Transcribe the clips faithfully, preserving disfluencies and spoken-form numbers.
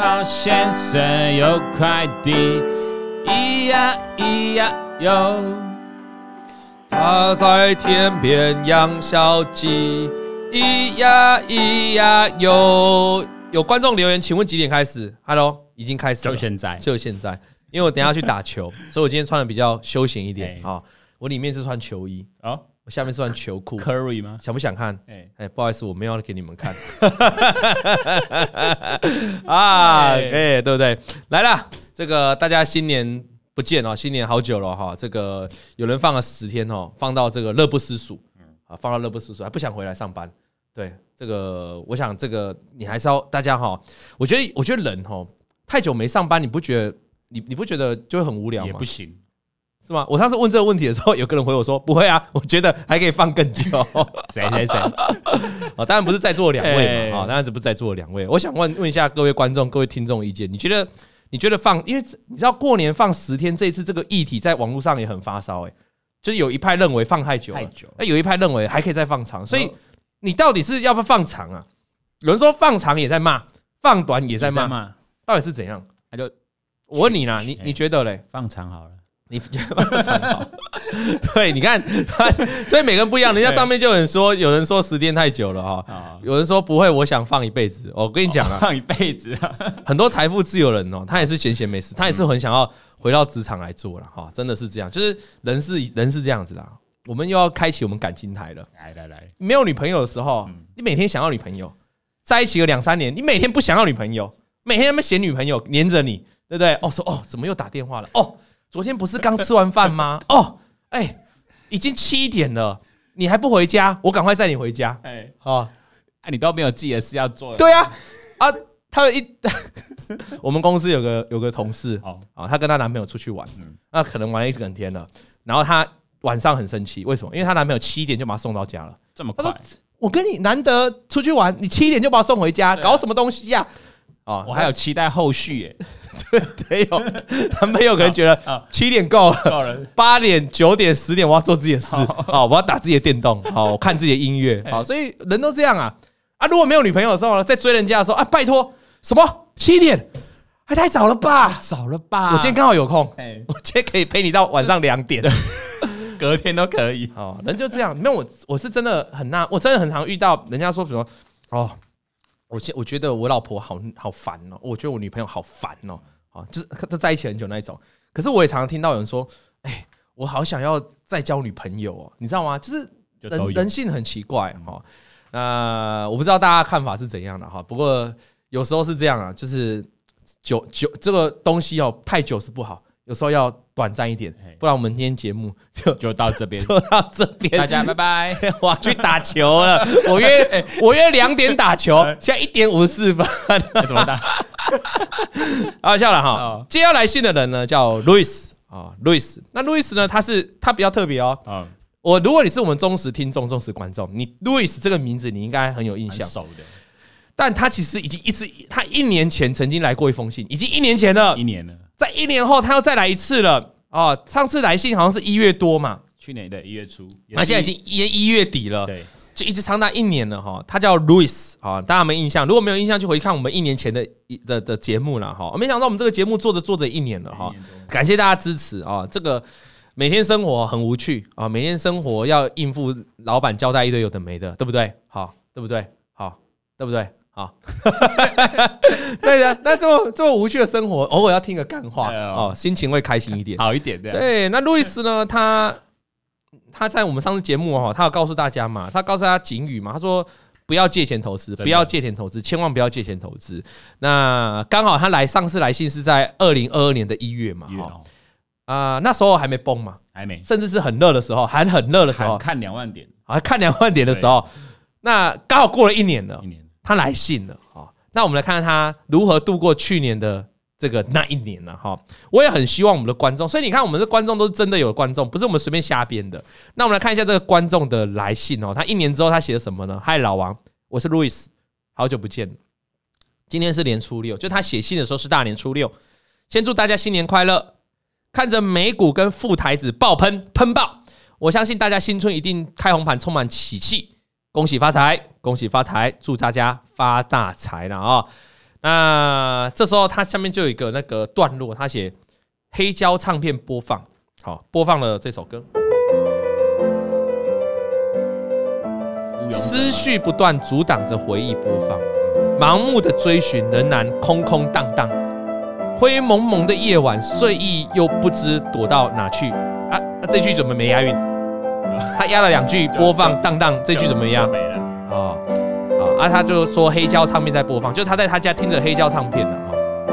老先生有快递，咿呀咿呀哟。 他在天边养小鸡，咿呀咿呀哟。有观众留言，请问几点开始 ？Hello， 已经开始了， 就现在， 就现在。因为我等一下去打球，所以我今天穿的比较休闲一点啊、欸哦。我里面是穿球衣，哦，我下面是穿球裤。 Curry 吗？ 想不想看？哎、欸欸，不好意思，我没有要给你们看。啊，可以、欸，对不对？来啦，这个大家新年不见哦，新年好久了哈。这个有人放了十天哦，放到这个乐不思蜀，啊，放到乐不思蜀，还不想回来上班。对，这个我想这个你还是要大家哈，我觉得我觉得人哈太久没上班，你不觉得？你你不觉得就会很无聊吗？ 也不行， 是吗？我上次问这个问题的时候，有个人回我说：“不会啊，我觉得还可以放更久。” 谁谁谁？ 哦，当然不是在座两位嘛，啊、欸，当然不是在座两位。我想问问一下各位观众、各位听众的意见，你觉得你觉得放？因为你知道过年放十天，这一次这个议题在网络上也很发烧，哎，就是有一派认为放太久了，太久，有一派认为还可以再放长，所以你到底是要不要放长啊？有人说放长也在骂，放短也在骂，到底是怎样？那就。我问你啦，你你觉得嘞？ 放长好了， 你觉得放长好？对，你看，所以每个人不一样。人家上面就有人说，有人说十天太久了哈、喔，有人说不会，我想放一辈子。我跟你讲啊， 放一辈子啊， 很多财富自由人哦、喔，他也是闲闲没事，他也是很想要回到职场来做了哈，真的是这样，就是人是人是这样子啦。我们又要开启我们感情台了， 来来来， 没有女朋友的时候，你每天想要女朋友，在一起个两三年，你每天不想要女朋友，每天他们嫌女朋友黏着你。对不对？哦，说哦，怎么又打电话了？哦，昨天不是刚吃完饭吗？哦，哎、欸，已经七点了，你还不回家？我赶快载你回家。哎、欸，哦， 哎、啊，你都没有自己的事要做。 对啊，啊，他一我们公司有个有个同事，哦，啊，她跟她男朋友出去玩，嗯，那可能玩一整天了，然后她晚上很生气，为什么？因为她男朋友七点就把她送到家了， 这么快？ 我跟你难得出去玩，你七点就把我送回家，搞什么东西呀、 啊？哦，我还有期待后续耶。 对对哦，男朋友可能觉得七点够了，八点、九点、十点我要做自己的事，好，我要打自己的电动，好，我看自己的音乐，好，所以人都这样啊啊！如果没有女朋友的时候呢，在追人家的时候啊，拜托，什么七点还太早了吧？ 早了吧？ 我今天刚好有空，我今天可以陪你到晚上两点， 隔天都可以。 哦，人就这样。没有我，我是真的很纳，我真的很常遇到人家说什么哦。我我觉得我老婆好好烦哦，我觉得我女朋友好烦哦，啊，就是都在一起很久那一种。可是我也常常听到有人说，哎、欸，我好想要再交女朋友哦，你知道吗？就是人人性很奇怪哈。那我不知道大家看法是怎样的哈，不过有时候是这样啊，就是久久这个东西哦，太久是不好，有时候要短暂一点，不然我们今天节目就就到这边， 就到这边， 大家拜拜。 我要去打球了，我约我约两点打球，现在一点五十四分， 怎么打？ 好笑了哈。接下来信的人呢叫 Louis 啊 ，Louis。那 Louis 呢，他是他比较特别哦。嗯，我如果你是我们忠实听众、忠实观众，你 Louis 这个名字你应该很有印象， 熟的。 但他其实已经一次，他一年前曾经来过一封信，已经一年前了， 一年了。 在一年后，他又再来一次了。哦，上次来信好像是一月多嘛， 去年的一月初， 那现在已经一一月底了， 对， 就一直长达一年了哈。他叫 Louis 啊，大家有没有印象？如果没有印象，就回看我们一年前的的的节目了哈。没想到我们这个节目做着做着一年了哈，感谢大家支持啊。这个每天生活很无趣啊，每天生活要应付老板交代一堆有的没的，对不对？好，对不对？好，对不对？好，对的，那这么这么无趣的生活，偶尔要听个干话哦，心情会开心一点， 好一点。 对，那路易斯呢？他他在我们上次节目哈，他有告诉大家嘛，他告诉大家警语嘛，他说不要借钱投资，不要借钱投资，千万不要借钱投资。那刚好他来上次来信是在二零二二年的一月嘛，哈啊、呃，那时候还没崩嘛， 还没， 甚至是很热的时候，还很热的时候， 看两万点， 还看两万点的时候，那刚好过了一年了， 一年。 他来信了啊，那我们来看看他如何度过去年的这个那一年了哈。我也很希望我们的观众，所以你看我们的观众都是真的有观众，不是我们随便瞎编的。那我们来看一下这个观众的来信哦，他一年之后他写了什么呢？嗨，老王，我是 Louis， 好久不见。今天是年初六，就他写信的时候是大年初六。先祝大家新年快乐！看着美股跟富台指爆喷喷爆，我相信大家新春一定开红盘，充满喜气。恭喜发财，恭喜发财，祝大家发大财了啊、哦！ 那这时候他下面就有一个那个段落，他写黑胶唱片播放，好，播放了这首歌。思绪不断阻挡着回忆播放，盲目的追寻仍然空空荡荡，灰蒙蒙的夜晚，睡意又不知躲到哪去啊！啊这句怎么没押韵？他押了两句，播放荡荡，这句怎么样？ 没了哦，啊啊！他就说黑胶唱片在播放，就是他在他家听着黑胶唱片了。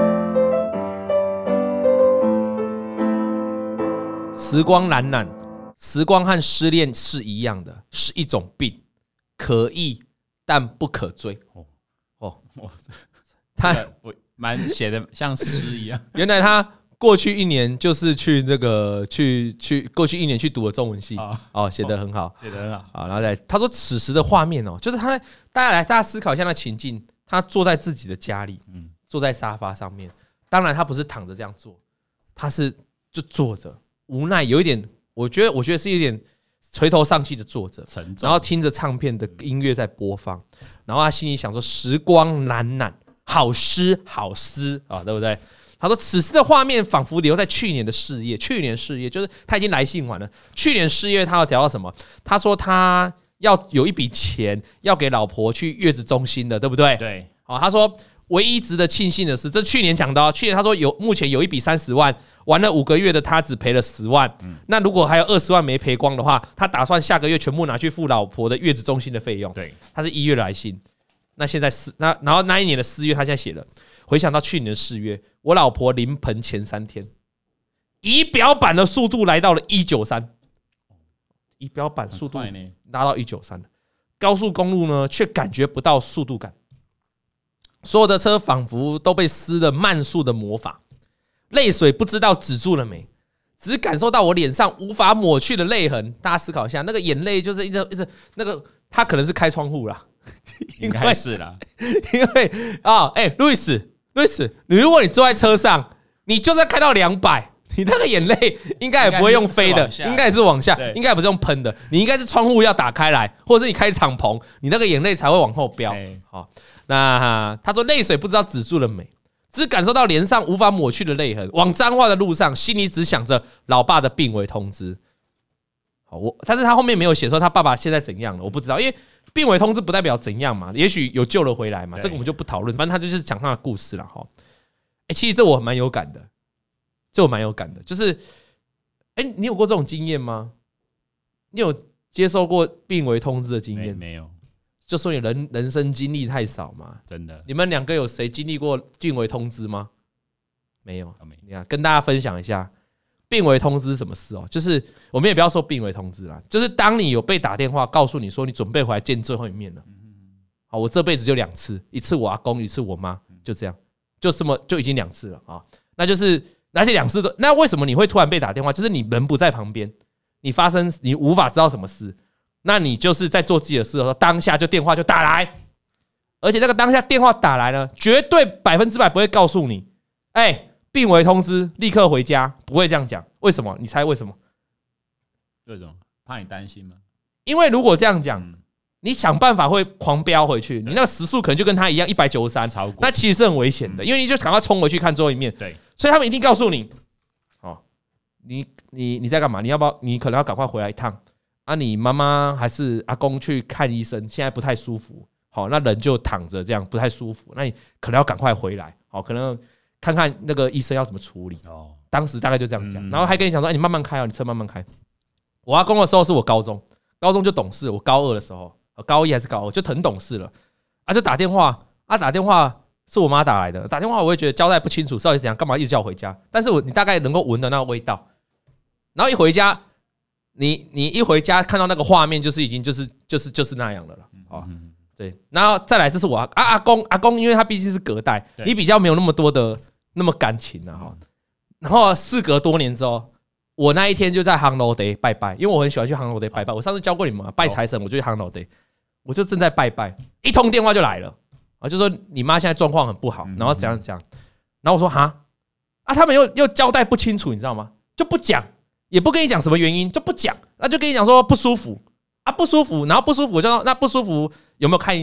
时光荏苒，时光和失恋是一样的，是一种病。可抑但不可追。哦哦，他我蛮写的像诗一样。 原来他过去一年就是去那个去去过去一年去读了中文系哦，写得很好， 写得很好啊。然后再他说此时的画面哦，就是他在大家来大家思考一下那情境，他坐在自己的家里，嗯，坐在沙发上面。当然他不是躺着这样做，他是就坐着，无奈有一点，我觉得我觉得是一点。垂头丧气的坐着，然后听着唱片的音乐在播放，然后他心里想说：“时光荏苒，好诗好诗啊，对不对？”他说：“此时的画面仿佛留在去年的事业，去年事业就是他已经来信完了。去年事业他要聊到什么？他说他要有一笔钱要给老婆去月子中心的，对不对？ 对。 好，他说唯一值得庆幸的是，这去年讲到，去年他说有目前有一笔三十万。”玩了五个月的他只赔了十万，嗯、那如果还有二十万没赔光的话，他打算下个月全部拿去付老婆的月子中心的费用。 对， 他是一月来信，那现在四那然后那一年的四月，他现在写了，回想到去年的四月，我老婆临盆前三天，仪表板的速度来到了一九三，仪表板速度拉到一九三，高速公路呢却感觉不到速度感，所有的车仿佛都被施了慢速的魔法。泪水不知道止住了没，只感受到我脸上无法抹去的泪痕。大家思考一下，那个眼泪就是一直一直那个，他可能是开窗户啦， 应该是啦， 因为啊，哎、欸，路易斯，路易斯，你如果你坐在车上，你就算开到两百，你那个眼泪应该也不会用飞的，应该也是往下，应该也不是用喷的，你应该是窗户要打开来，或者是你开敞篷，你那个眼泪才会往后飙。好，那他说泪水不知道止住了没。只感受到脸上无法抹去的泪痕，往彰化的路上，心里只想着老爸的病危通知。好，我但是他后面没有写说他爸爸现在怎样了，我不知道，因为病危通知不代表怎样嘛，也许有救了回来嘛，这个我们就不讨论，反正他就是讲他的故事了哈。哎，其实这我蛮有感的，这我蛮有感的，就是，哎，你有过这种经验吗？你有接受过病危通知的经验？ 没有。 就说你人人生经历太少嘛， 真的。 你们两个有谁经历过病危通知吗？没有。你看，跟大家分享一下病危通知是什么事哦。就是我们也不要说病危通知啦，就是当你有被打电话告诉你说你准备回来见最后一面了。好，我这辈子就两次，一次我阿公，一次我妈，就这样，就这么就已经两次了啊。那就是而且两次都，那为什么你会突然被打电话？就是你人不在旁边，你发生你无法知道什么事。那你就是在做自己的事的时候，当下就电话就打来，而且那个当下电话打来呢，绝对百分之百不会告诉你，哎、欸，病危通知，立刻回家，不会这样讲。为什么？你猜为什么？ 为什么？怕你担心吗？ 因为如果这样讲，嗯、你想办法会狂飙回去，你那个时速可能就跟他一样一百九十三，那其实是很危险的，因为你就赶快冲回去看最后一面。对，所以他们一定告诉你，哦，你你你在干嘛？你要不要？你可能要赶快回来一趟。啊，你妈妈还是阿公去看医生，现在不太舒服，好，那人就躺着这样不太舒服，那你可能要赶快回来，好，可能看看那个医生要怎么处理。哦，当时大概就这样讲，然后还跟你讲说，哎，你慢慢开哦，你车慢慢开。我阿公的时候是我高中，高中就懂事，我高二的时候，高一还是高二就很懂事了，啊，就打电话，啊，打电话是我妈打来的，打电话我会觉得交代不清楚，到底是怎样，干嘛一直叫我回家？但是我你大概能够闻到那个味道，然后一回家。你你一回家看到那个画面，就是已经就是就是就是那样的了啊，对，然后再来，这是我阿阿公阿公，因为他毕竟是隔代，你比较没有那么多的那么感情啊哈。然后事隔多年之后，我那一天就在航楼地拜拜，因为我很喜欢去航楼地拜拜。我上次教过你们拜财神，我就去航楼地，我就正在拜拜，一通电话就来了啊，就说你妈现在状况很不好，然后怎样怎样，然后我说哈啊，他们又又交代不清楚，你知道吗？就不讲。也不跟你讲什么原因，就不讲，那就跟你讲说不舒服啊，不舒服，然后不舒服，我就说那不舒服有没有看医生？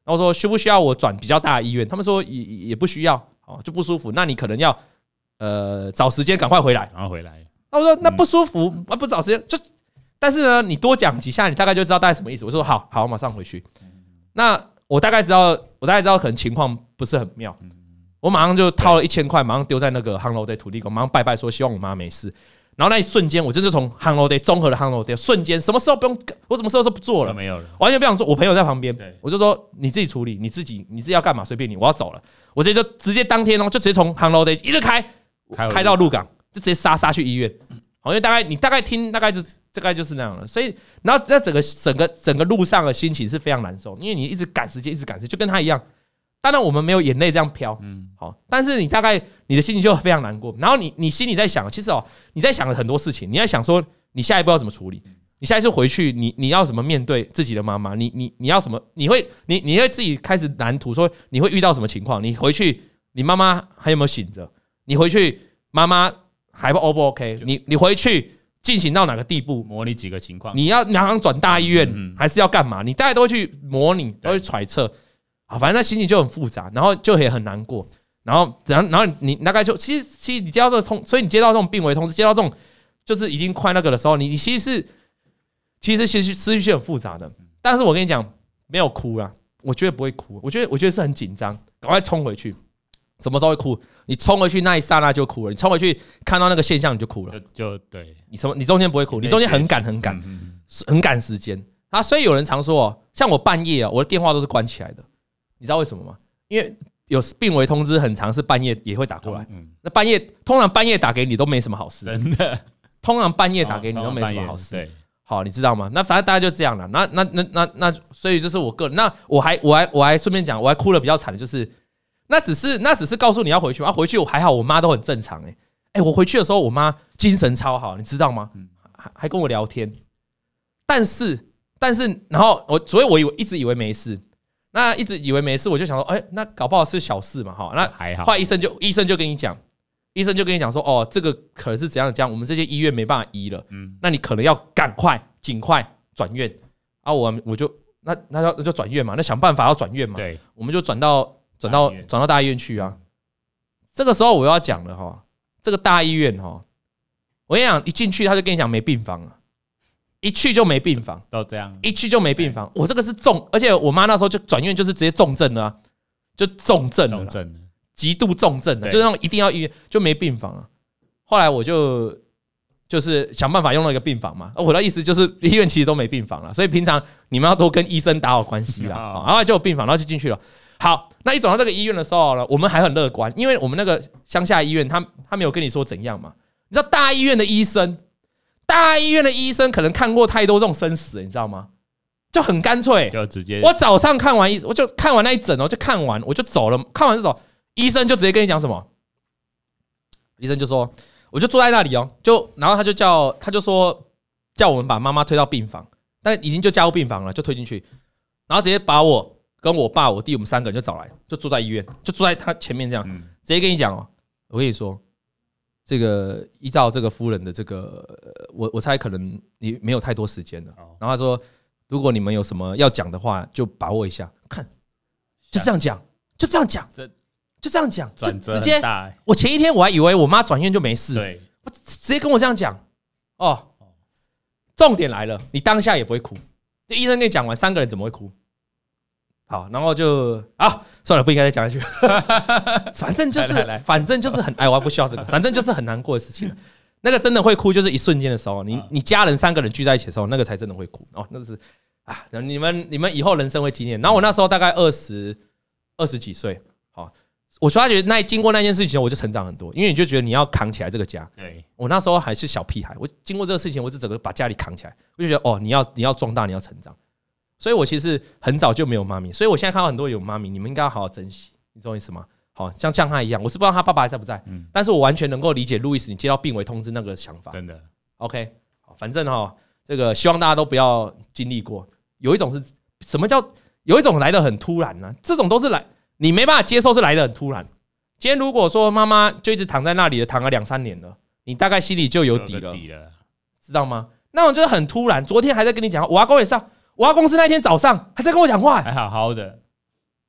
然后说需不需要我转比较大的医院？他们说也也不需要，哦，就不舒服，那你可能要呃找时间赶快回来， 然后回来。 那我说那不舒服，啊不找时间就，但是呢，你多讲几下，你大概就知道大概什么意思。我说好好，我马上回去。那我大概知道，我大概知道可能情况不是很妙，我马上就掏了一千块，马上丢在那个 Hang Day 土地公，马上拜拜说希望我妈没事。然后那一瞬间，我真的从 Hang Day 综合的 Hang Day 瞬间，什么事都不用，我什么事都不做了， 没有了， 完全不想做。我朋友在旁边，我就说你自己处理，你自己你自己要干嘛随便你，我要走了。我直接就直接当天哦，就直接从 Hang Day 一直开开到鹿港，就直接杀杀去医院。好，因为大概你大概听大概就大概就是那样了。所以，然后那整个整个整个路上的心情是非常难受，因为你一直赶时间，一直赶时间，就跟他一样。当然我们没有眼泪这样飘，嗯，好，但是你大概你的心情就非常难过，然后你你心里在想，其实哦，你在想很多事情，你在想说你下一步要怎么处理，你下一次回去你你要怎么面对自己的妈妈，你你你要什么，你会你你会自己开始蓝图，说你会遇到什么情况，你回去你妈妈还有没有醒着，你回去妈妈还不 O 不 OK， 你你回去进行到哪个地步， 模拟几个情况， 你要马上转大医院，嗯、还是要干嘛，你大概都会去模拟，都会揣测。好，反正那心情就很复杂，然后就也很难过，然后，然后，然后你大概就其实，其实你接到这个通，所以你接到这种病危通知，接到这种就是已经快那个的时候，你你其实是其实其实思绪是很复杂的。但是我跟你讲，没有哭啦，我觉得不会哭，我觉得我觉得是很紧张，赶快冲回去。什么时候会哭？你冲回去那一刹那就哭了，你冲回去看到那个现象你就哭了， 就就对， 你什么你中间不会哭，你中间很赶很赶很赶时间啊。所以有人常说，像我半夜啊，我的电话都是关起来的。你知道为什么吗？因为有病危通知，很常是半夜也会打过来。嗯、那半夜通常半夜打给你都没什么好事， 真的。 通常半夜打给你都没什么好事。 对， 好，你知道吗？那反正大家就这样了。那那那那那，所以就是我个人。那我还我还我还顺便讲，我还哭的比较惨的就是，那只是那只是告诉你要回去嘛。啊、回去我还好，我妈都很正常、欸。哎哎，我回去的时候，我妈精神超好，你知道吗？还还跟我聊天。但是但是，然后我所以我以为一直以为没事。那一直以为没事，我就想说，哎、欸，那搞不好是小事嘛，哈。那还好。 后来医生就医生就跟你讲，医生就跟你讲说，哦，这个可能是怎样怎样，我们这些医院没办法医了，嗯，那你可能要赶快尽快转院啊。我我就那那要就转院嘛，那想办法要转院嘛。 对， 我们就转到转到转到大医院去啊。这个时候我要讲了哈，这个大医院哈，我跟你讲，一进去他就跟你讲没病房了。一去就没病房， 都这样。 一去就没病房，我这个是重，而且我妈那时候就转院，就是直接重症了、啊，就重症了，极度重症了，就那种一定要医院就没病房了。后来我就就是想办法用了一个病房嘛，我的意思就是医院其实都没病房了，所以平常你们要多跟医生打好关系啦。然后就有病房，然后就进去了。好，那一转到这个医院的时候呢，我们还很乐观，因为我们那个乡下医院，他他没有跟你说怎样嘛。你知道大医院的医生。大医院的医生可能看过太多这种生死，你知道吗？就很干脆， 就直接。 我早上看完医，我就看完那一诊哦，就看完我就走了。看完就走，医生就直接跟你讲什么？医生就说，我就坐在那里哦，就然后他就叫，他就说叫我们把妈妈推到病房，但已经就加入病房了，就推进去，然后直接把我跟我爸、我弟我们三个人就找来，就坐在医院，就坐在他前面这样，直接跟你讲哦，我跟你说。这个依照这个夫人的这个，我我猜可能你没有太多时间了。然后他说，如果你们有什么要讲的话，就把握一下。看，就这样讲，就这样讲，就这样讲，就直接。我前一天我还以为我妈转院就没事， 对， 我直接跟我这样讲。哦，重点来了，你当下也不会哭。医生跟你讲完，三个人怎么会哭？好，然后就啊，算了，不应该再讲下去。反正就是，来来反正就是很哎，我还不需要这个，反正就是很难过的事情。那个真的会哭，就是一瞬间的时候，你你家人三个人聚在一起的时候，那个才真的会哭哦。那是啊，你们你们以后人生会纪念。然后我那时候大概二十二十几岁，好，我发觉那经过那件事情，我就成长很多，因为你就觉得你要扛起来这个家。对，我那时候还是小屁孩，我经过这个事情，我就整个把家里扛起来，我就觉得哦，你要你要壮大，你要成长。所以我其实很早就没有妈咪，所以我现在看到很多有妈咪，你们应该要好好珍惜，你懂我意思吗？好像像他一样，我是不知道他爸爸还在不在，嗯、但是我完全能够理解路易斯你接到病危通知那个想法， 真的。 OK， 反正哈，这个希望大家都不要经历过。有一种是什么叫有一种来得很突然呢、啊？这种都是来你没办法接受，是来得很突然。今天如果说妈妈就一直躺在那里了，躺了两三年了，你大概心里就有底 了, 底了，知道吗？那种就是很突然。昨天还在跟你讲，我阿公也是啊。我阿公是那天早上还在跟我讲话、欸， 还好好的，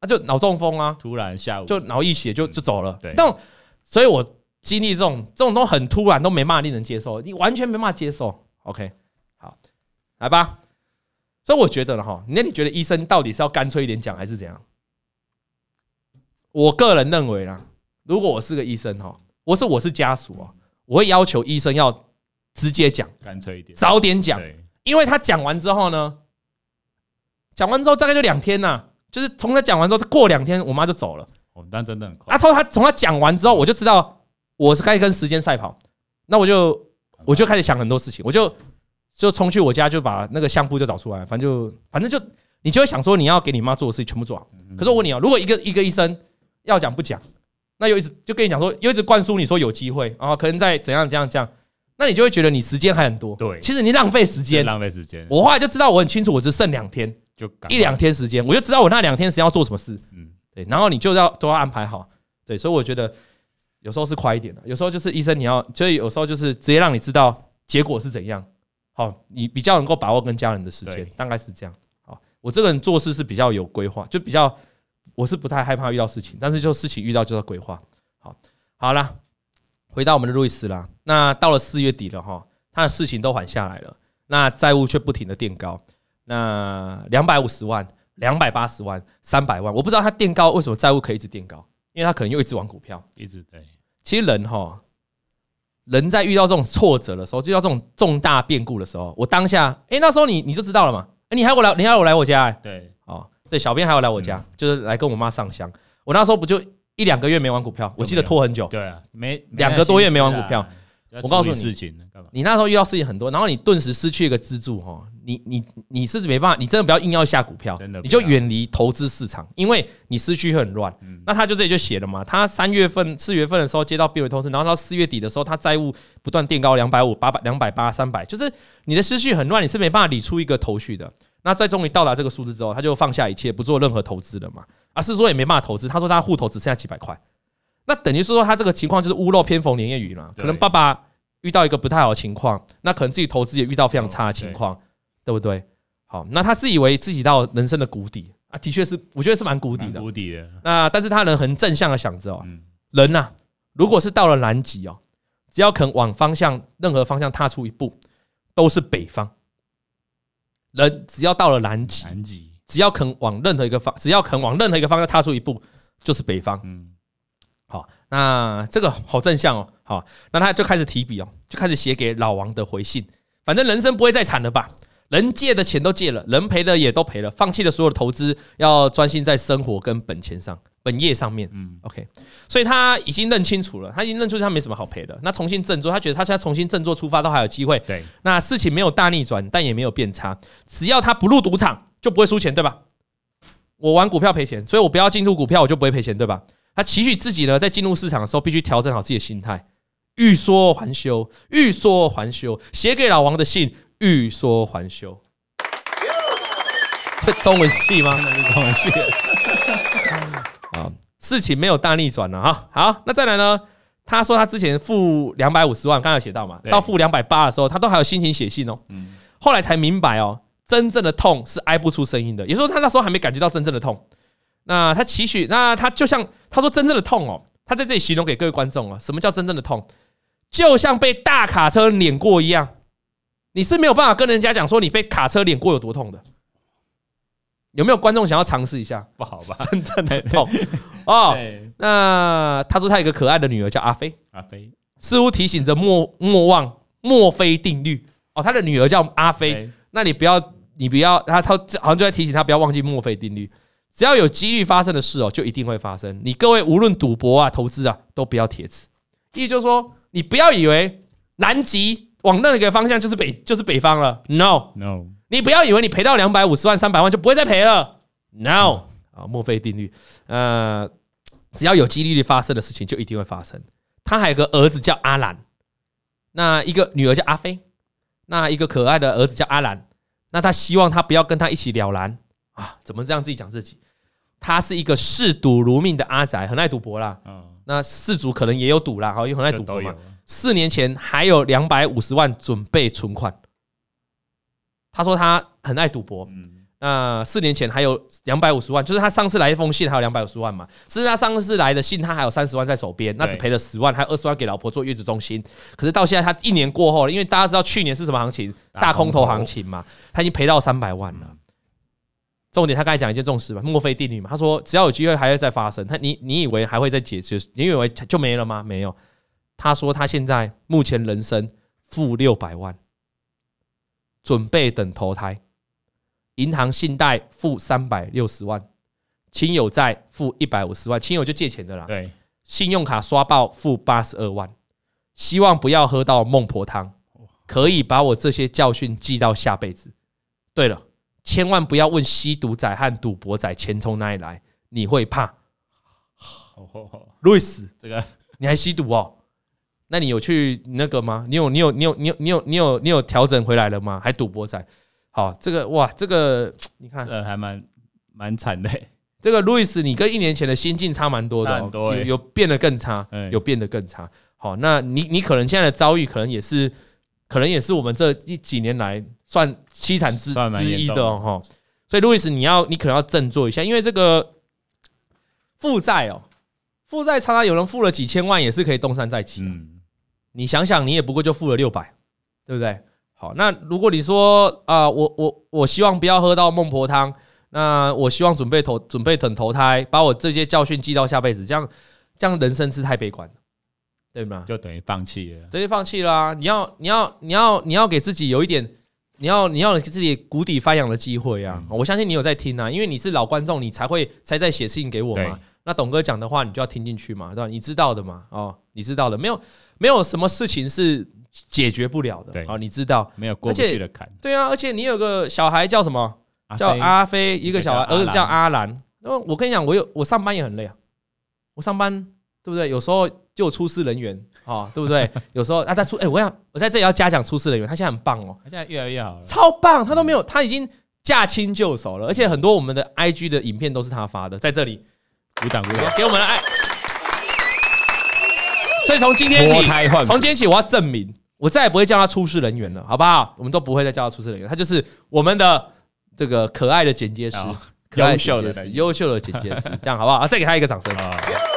他就脑中风啊， 突然下午就脑溢血就就走了。 对， 但所以我经历这种这种都很突然，都没办法令人接受，你完全没办法接受。OK， 好，来吧。所以我觉得了哈，那你觉得医生到底是要干脆一点讲，还是怎样？我个人认为啦，如果我是个医生哈，我是我是家属哦，我会要求医生要直接讲， 干脆一点， 早点讲，因为他讲完之后呢，讲完之后大概就两天呐，就是从他讲完之后，过两天我妈就走了。 哦，但真的很快。 啊，从他从他讲完之后，我就知道我是该跟时间赛跑，那我就我就开始想很多事情，我就就冲去我家，就把那个相簿就找出来，反正就反正就你就会想说你要给你妈做的事情全部做好。可是我问你啊，如果一个一个医生要讲不讲，那又一直就跟你讲说，又一直灌输你说有机会啊，可能在怎样怎样这样，那你就会觉得你时间还很多。 对， 其实你浪费时间， 浪费时间。 我后来就知道我很清楚，我只剩两天， 就一两天时间，我就知道我那两天时间要做什么事。 嗯， 对，然后你就要都要安排好。对，所以我觉得有时候是快一点的，有时候就是医生你要，所以有时候就是直接让你知道结果是怎样。好，你比较能够把握跟家人的时间，大概是这样。好，我这个人做事是比较有规划，就比较我是不太害怕遇到事情，但是就事情遇到就要规划。好，好啦，回到我们的路易斯啦。那到了四月底了哈，他的事情都缓下来了，那债务却不停的垫高，那两百五十万、两百八十万、三百万，我不知道他垫高为什么债务可以一直垫高，因为他可能又一直玩股票， 一直对。 其实人哈。人在遇到这种挫折的时候，遇到这种重大变故的时候，我当下，哎、欸，那时候你你就知道了嘛，欸、你还有来，你还有来我家、欸， 对， 哦，对，小编还有来我家，嗯、就是来跟我妈上香。我那时候不就一两个月没玩股票，我记得拖很久， 对啊，没两个多月没玩股票。我告诉你， 事情你那时候遇到事情很多，然后你顿时失去一个支柱哈，你你你是没办法，你真的不要硬要下股票，你就远离投资市场，因为你失去会很乱。嗯、那他就这里就写了嘛，他三月份、四月份的时候接到变为投资，然后到四月底的时候，他债务不断垫高两百五、八百、两百八、三百，就是你的失去很乱，你是没办法理出一个头绪的。那在终于到达这个数字之后，他就放下一切，不做任何投资了嘛。啊，是说也没办法投资，他说他户头只剩下几百块，那等于是说他这个情况就是屋漏偏逢连夜雨嘛，可能爸爸遇到一个不太好的情况，那可能自己投资也遇到非常差的情况，哦、对, 对不对？好，那他自以为自己到人生的谷底啊，的确是，我觉得是蛮谷底的。 谷底的。 那但是他能很正向的想着哦，嗯、人呐、啊，如果是到了南极哦，只要肯往方向任何方向踏出一步，都是北方。人只要到了南极， 南极只要肯往任何一个方，只要肯往任何一个方向踏出一步，就是北方。嗯。好，那这个好正向哦。好，那他就开始提笔哦，就开始写给老王的回信。反正人生不会再惨了吧？人借的钱都借了，人赔的也都赔了，放弃了所有的投资，要专心在生活跟本钱上、本业上面。嗯 ，OK， 所以他已经认清楚了，他已经认出他没什么好赔的。那重新振作，他觉得他现在重新振作出发都还有机会。 对， 那事情没有大逆转，但也没有变差。只要他不入赌场，就不会输钱，对吧？我玩股票赔钱，所以我不要进入股票，我就不会赔钱，对吧？他期许自己呢，在进入市场的时候，必须调整好自己的心态，欲说还休，欲说还休。写给老王的信，欲说还休。这中文系吗？ 中文系。 啊，事情没有大逆转了哈。好，那再来呢？他说他之前负两百五十万，刚才有写到嘛，到负两百八的时候，他都还有心情写信哦。嗯、后来才明白哦，真正的痛是哀不出声音的，也就是说他那时候还没感觉到真正的痛。那他期许，那他就像他说真正的痛哦，他在这里形容给各位观众哦，什么叫真正的痛？就像被大卡车碾过一样，你是没有办法跟人家讲说你被卡车碾过有多痛的。有没有观众想要尝试一下？ 不好吧？ 真正的痛哦。那他说他有一个可爱的女儿叫阿飞， 阿飞似乎提醒着莫莫忘墨菲定律哦。他的女儿叫阿飞，那你不要，你不要，他他好像就在提醒他不要忘记墨菲定律。只要有几率发生的事哦，就一定会发生。你各位无论赌博啊、投资啊，都不要铁齿。意思就是说，你不要以为南极往那个方向就是北，就是北方了。No No， 你不要以为你赔到两百五十万、三百万就不会再赔了。No 啊，墨菲定律。呃，只要有几率发生的事情，就一定会发生。他还有个儿子叫阿兰，那一个女儿叫阿飞，那一个可爱的儿子叫阿兰。那他希望他不要跟他一起了然。啊，怎么这样自己讲自己？他是一个嗜赌如命的阿宅，很爱赌博啦。嗯、那四主可能也有赌啦，好，又很爱赌博嘛。四年前还有两百五十万准备存款。他说他很爱赌博，嗯、 那四年前还有两百五十万，就是他上次来一封信还有两百五十万嘛，甚至他上次来的信他还有三十万在手边，那只赔了十万，还有二十万给老婆做月子中心。可是到现在他一年过后了，因为大家知道去年是什么行情，大空头行情嘛，他已经赔到三百万了。嗯、重点他刚才讲一件重视嘛，墨菲定律嘛，他说只要有机会还会再发生，他你你以为还会再解决？你以为就没了吗？没有。他说他现在目前人生负六百万，准备等投胎。银行信贷负三百六十万，亲友债负一百五十万，亲友就借钱的啦。 对， 信用卡刷爆负八十二万，希望不要喝到孟婆汤，可以把我这些教训记到下辈子。对了，千万不要问吸毒仔和赌博仔钱从哪里来，你会怕。路易斯， 这个你还吸毒哦？那你有去那个吗？你有你有你有你有你有你有你有调整回来了吗？还赌博仔？好，这个哇，这个你看， 这还蛮蛮惨的。 这个路易斯，你跟一年前的心境差蛮多的、哦， 多有有变得更差，有变得更差。好，那你你可能现在的遭遇，可能也是，可能也是我们这一几年来算凄惨之之一的哦。所以路易斯，你要你可能要振作一下，因为这个负债哦，负债常常有人付了几千万，也是可以东山再起、啊。嗯，你想想，你也不过就付了六百，对不对？好，那如果你说啊、呃，我我我希望不要喝到孟婆汤，那我希望准备投准备等投胎，把我这些教训记到下辈子，这样这样人生是太悲观了，对吗？ 就等于放弃了， 直接放弃了、啊。你要你要你要你要给自己有一点，你要你要给自己谷底翻扬的机会啊！嗯、我相信你有在听啊，因为你是老观众，你才会才在写信给我嘛。那董哥讲的话，你就要听进去嘛，对吧？你知道的嘛，哦，你知道的，没有没有什么事情是解决不了的，对、哦，你知道， 没有过不去的坎。 对啊，而且你有个小孩叫什么？叫阿飞，一个小孩，儿子叫阿兰。我跟你讲，我有我上班也很累啊，我上班对不对？有时候就有出事人员啊、哦，对不对？有时候啊，他出，哎、欸，我想我在这里要嘉奖出事人员，他现在很棒哦， 他现在越来越好了， 超棒，他都没有，他已经驾轻就熟了，而且很多我们的 I G 的影片都是他发的，在这里鼓掌鼓掌， 给我们的爱。所以从今天起，从今天起，我要证明。我再也不会叫他出事人员了，好不好？我们都不会再叫他出事人员，他就是我们的这个可爱的剪接师， 优秀的优秀的剪接师，这样好不好？再给他一个掌声。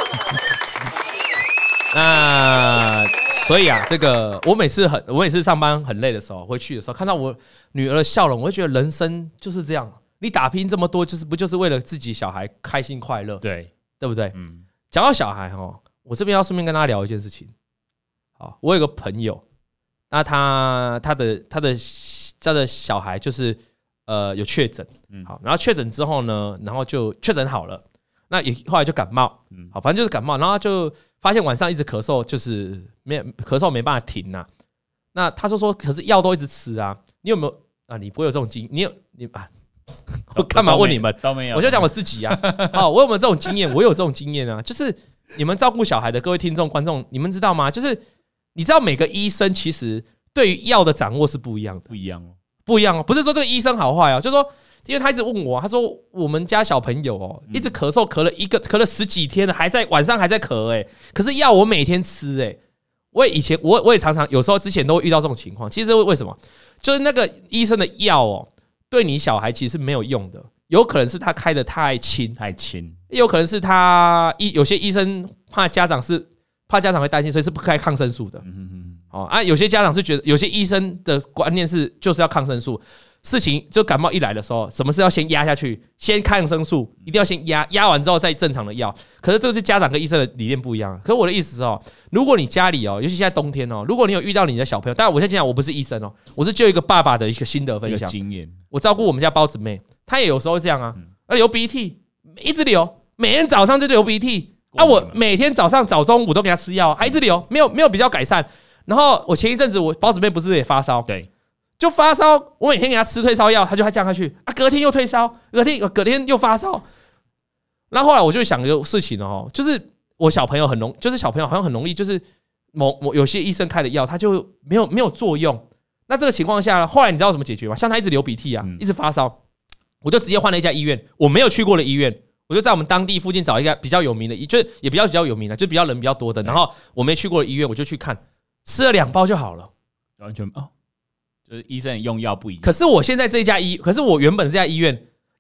那所以啊，这个我每次很，我每次上班很累的时候，回去的时候，看到我女儿的笑容，我会觉得人生就是这样。你打拼这么多，就是不就是为了自己小孩开心快乐？ 对， 对不对？嗯。讲到小孩哈，我这边要顺便跟大家聊一件事情。好，我有个朋友。那他他的他的他的小孩就是呃有确诊，好，然后确诊之后呢，然后就确诊好了，那也后来就感冒，好，反正就是感冒，然后就发现晚上一直咳嗽，就是没咳嗽没办法停呐、啊。那他就说，可是药都一直吃啊，你有没有啊？你不会有这种经，你有你啊？我干嘛问你们？ 都没有， 我就讲我自己啊。好，我有没有这种经验？我有这种经验啊，就是你们照顾小孩的各位听众观众，你们知道吗？就是。你知道每个医生其实对于药的掌握是不一样的， 不一样哦， 不一样哦，不是说这个医生好坏哦，就是说，因为他一直问我，他说我们家小朋友哦，一直咳嗽，咳了一个咳了十几天了，还在晚上还在咳哎，可是药我每天吃哎，我也以前我我也常常有时候之前都会遇到这种情况，其实为什么？就是那个医生的药哦，对你小孩其实是没有用的，有可能是他开的太轻， 太轻， 也有可能是他医有些医生怕家长是。怕家长会担心，所以是不开抗生素的。嗯嗯哦啊，有些家长是觉得，有些医生的观念是就是要抗生素。事情就感冒一来的时候，什么事要先压下去，先抗生素，一定要先压，压完之后再正常的药。可是这个是家长跟医生的理念不一样。可是我的意思是哦，如果你家里哦，尤其现在冬天哦，如果你有遇到你的小朋友，当然我现在讲我不是医生哦，我是就一个爸爸的一个心得分享经验。 我照顾我们家包子妹，她也有时候这样啊，啊流鼻涕，一直流，每天早上就流鼻涕。啊！我每天早上、早中午都给他吃药，还一直流，没有没有比较改善。然后我前一阵子我包子妹不是也发烧， 对， 就发烧。我每天给他吃退烧药，他就还降下去啊。隔天又退烧，隔天隔天又发烧。然后后来我就想一个事情哦，就是我小朋友很容，就是小朋友好像很容易，就是某某有些医生开的药，他就没有没有作用。那这个情况下，后来你知道怎么解决吗？像他一直流鼻涕啊，一直发烧，我就直接换了一家医院，我没有去过的医院。我就在我们当地附近找一个比较有名的，就是也比较比较有名的，就比较人比较多的。然后我没去过的医院，我就去看，吃了两包就好了， 完全哦，就是医生用药不一样。 可是我现在这家医，可是我原本这家医院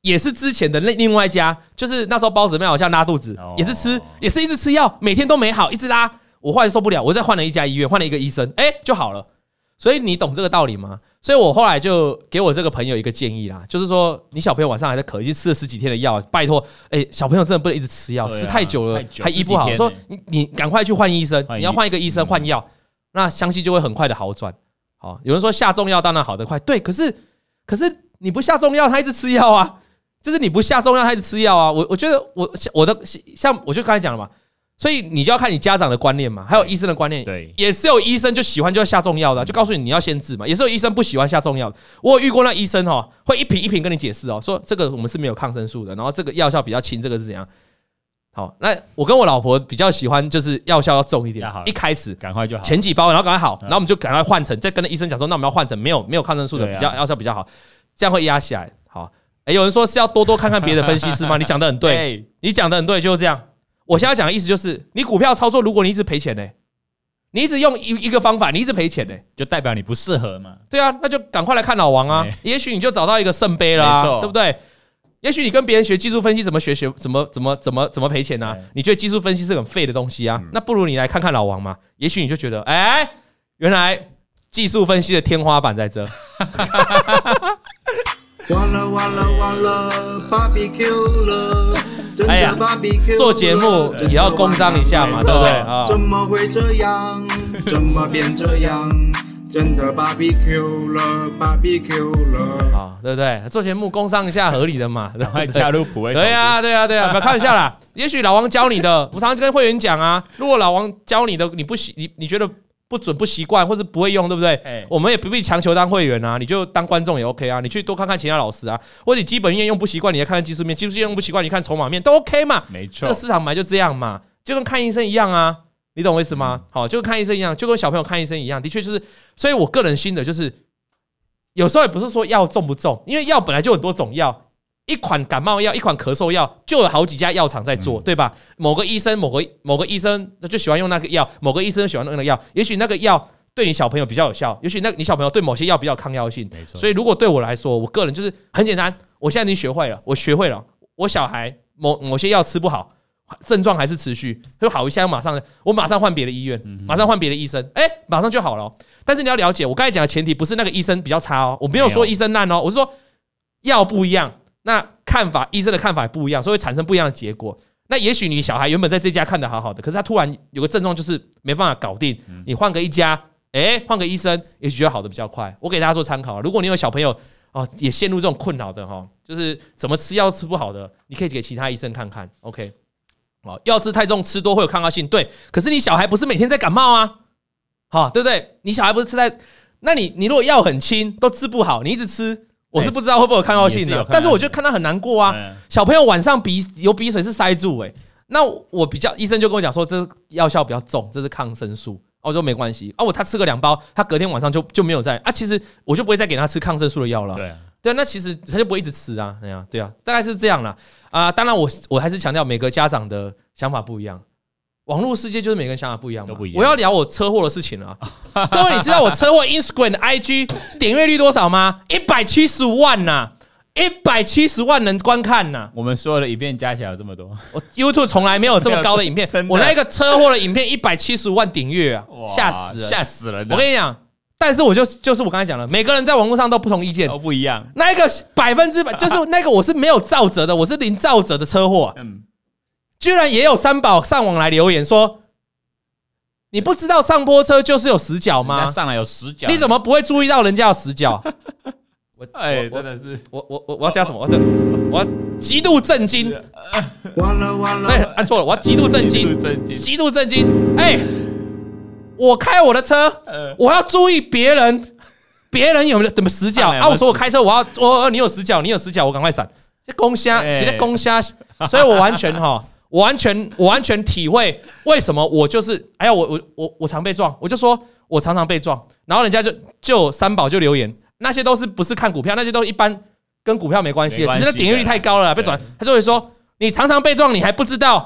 也是之前的另另外一家，就是那时候包子妹好像拉肚子，哦、也是吃，也是一直吃药，每天都没好，一直拉。我后来受不了，我再换了一家医院，换了一个医生，哎、欸，就好了。所以你懂这个道理吗？所以我后来就给我这个朋友一个建议啦，就是说你小朋友晚上还在咳，已经吃了十几天的药，拜托，哎、欸，小朋友真的不能一直吃药，啊、吃太久了还医不好。说你你赶快去换医生，你要换一个医生换药，嗯、那相信就会很快的好转。好，有人说下重药当然好得快，对，可是可是你不下重药，他一直吃药啊，就是你不下重药，他一直吃药啊。我我觉得我我的像我就刚才讲了嘛。所以你就要看你家长的观念嘛，还有医生的观念，对，也是有医生就喜欢就要下重药的、啊，就告诉你你要先治嘛，也是有医生不喜欢下重药的。我有遇过那医生哦，会一瓶一瓶跟你解释哦，说这个我们是没有抗生素的，然后这个药效比较轻，这个是怎样。好，那我跟我老婆比较喜欢就是药效要重一点，一开始赶快就好， 前几包然后赶快好，然后我们就赶快换成，再跟那医生讲说，那我们要换成没有没有抗生素的，比较药效比较好，这样会压下来。好，哎，有人说是要多多看看别的分析师吗？你讲的很对，你讲的很对，就是这样。我现在讲的意思就是，你股票操作，如果你一直赔钱呢、欸，你一直用一一个方法，你一直赔钱呢、欸， 就代表你不适合嘛。 对啊，那就赶快来看老王啊，也许你就找到一个圣杯了、啊，对不对？也许你跟别人学技术分析怎么学学怎么怎么怎么怎么赔钱啊？你觉得技术分析是很废的东西啊？嗯、那不如你来看看老王嘛，也许你就觉得，哎、欸，原来技术分析的天花板在这。完了完了完了 ，barbecue 了。哎呀，做节目也要工商一下嘛，对不对啊？怎么会这样？怎么变这样？真的 barbecue 了 ，barbecue 了啊，对不对？做节目工商一下合理的嘛， 赶快加入普威。 对呀，对呀，对呀，不要开玩笑啦。也许老王教你的，我常常跟会员讲啊，如果老王教你的，你不习，你你觉得不准、不习惯或是不会用，对不对？欸、我们也不必强求当会员啊，你就当观众也 OK 啊。你去多看看其他老师啊，或者你基本面用不习惯，你再看看技术面；技术面用不习惯，你看筹码面都 OK 嘛。 没错， 这个市场本来就这样嘛，就跟看医生一样啊。你懂我意思吗？好，就跟看医生一样，就跟小朋友看医生一样，的确就是。所以我个人心得就是，有时候也不是说药重不重，因为药本来就很多种药。一款感冒药，一款咳嗽药，就有好几家药厂在做，嗯、对吧？某个医生，某个某个医生就喜欢用那个药，某个医生喜欢用那个药。也许那个药对你小朋友比较有效，也许那你小朋友对某些药比较抗药性。所以如果对我来说，我个人就是很简单，我现在已经学会了，我学会了，我小孩某某些药吃不好，症状还是持续，就好一下，马上我马上换别的医院，马上换别的医生，哎、欸，马上就好了。但是你要了解，我刚才讲的前提不是那个医生比较差哦，我没有说医生烂哦，我是说药不一样。那看法，医生的看法也不一样，所以会产生不一样的结果。那也许你小孩原本在这家看得好好的，可是他突然有个症状就是没办法搞定，你换个一家，哎，换个医生，也许就好的比较快。我给大家做参考，如果你有小朋友哦也陷入这种困扰的哈，就是怎么吃药吃不好的，你可以给其他医生看看。OK， 哦，药吃太重吃多会有抗药性，对。可是你小孩不是每天在感冒啊，好，对不对？你小孩不是吃在，那你你如果药很轻都治不好，你一直吃。我是不知道会不会有抗药性的，但是我就看他很难过啊。小朋友晚上鼻有鼻水是塞住哎、欸，那我比较医生就跟我讲说，这药效比较重，这是抗生素。我说没关系啊，我他吃个两包，他隔天晚上就就没有再啊。其实我就不会再给他吃抗生素的药了。对对，那其实他就不会一直吃啊，对啊对啊，大概是这样啦啊。當然我我还是强调每个家长的想法不一样。网络世界就是每个人想法不一样嘛，都不一样。我要聊我车祸的事情了、啊，各位，你知道我车祸 Instagram 的 I G 点阅率多少吗？一百七十五万呐、啊，一百七十万人观看呐、啊。 我们所有的影片加起来有这么多， 我 YouTube 从来没有这么高的影片，我那个车祸的影片一百七十五万点阅啊，吓死了， 吓死了！ 我跟你讲，但是我就就是我刚才讲了，每个人在网络上都不同意见， 都不一样。 那一个百分之百就是那个我是没有肇责的，我是零肇责的车祸、啊，嗯。居然也有三宝上网来留言说，你不知道上坡车就是有死角吗？ 上来有死角， 你怎么不会注意到人家有死角？ 我哎，真的是， 我我我我要加什么？我这我要极度震惊！完了完了，哎，按错了，我要极度震惊，极度震惊！哎，我开我的车，我要注意别人，别人有没有怎么死角啊？我说我开车，我要我你有死角，你有死角，我赶快闪！这公虾，其实公虾，所以我完全哈。我完全，我完全体会为什么我就是，哎呀，我我我我常被撞，我就说我常常被撞，然后人家就就三宝就留言，那些都是不是看股票，那些都一般跟股票没关系，只是那点阅率太高了被转，他就会说你常常被撞，你还不知道，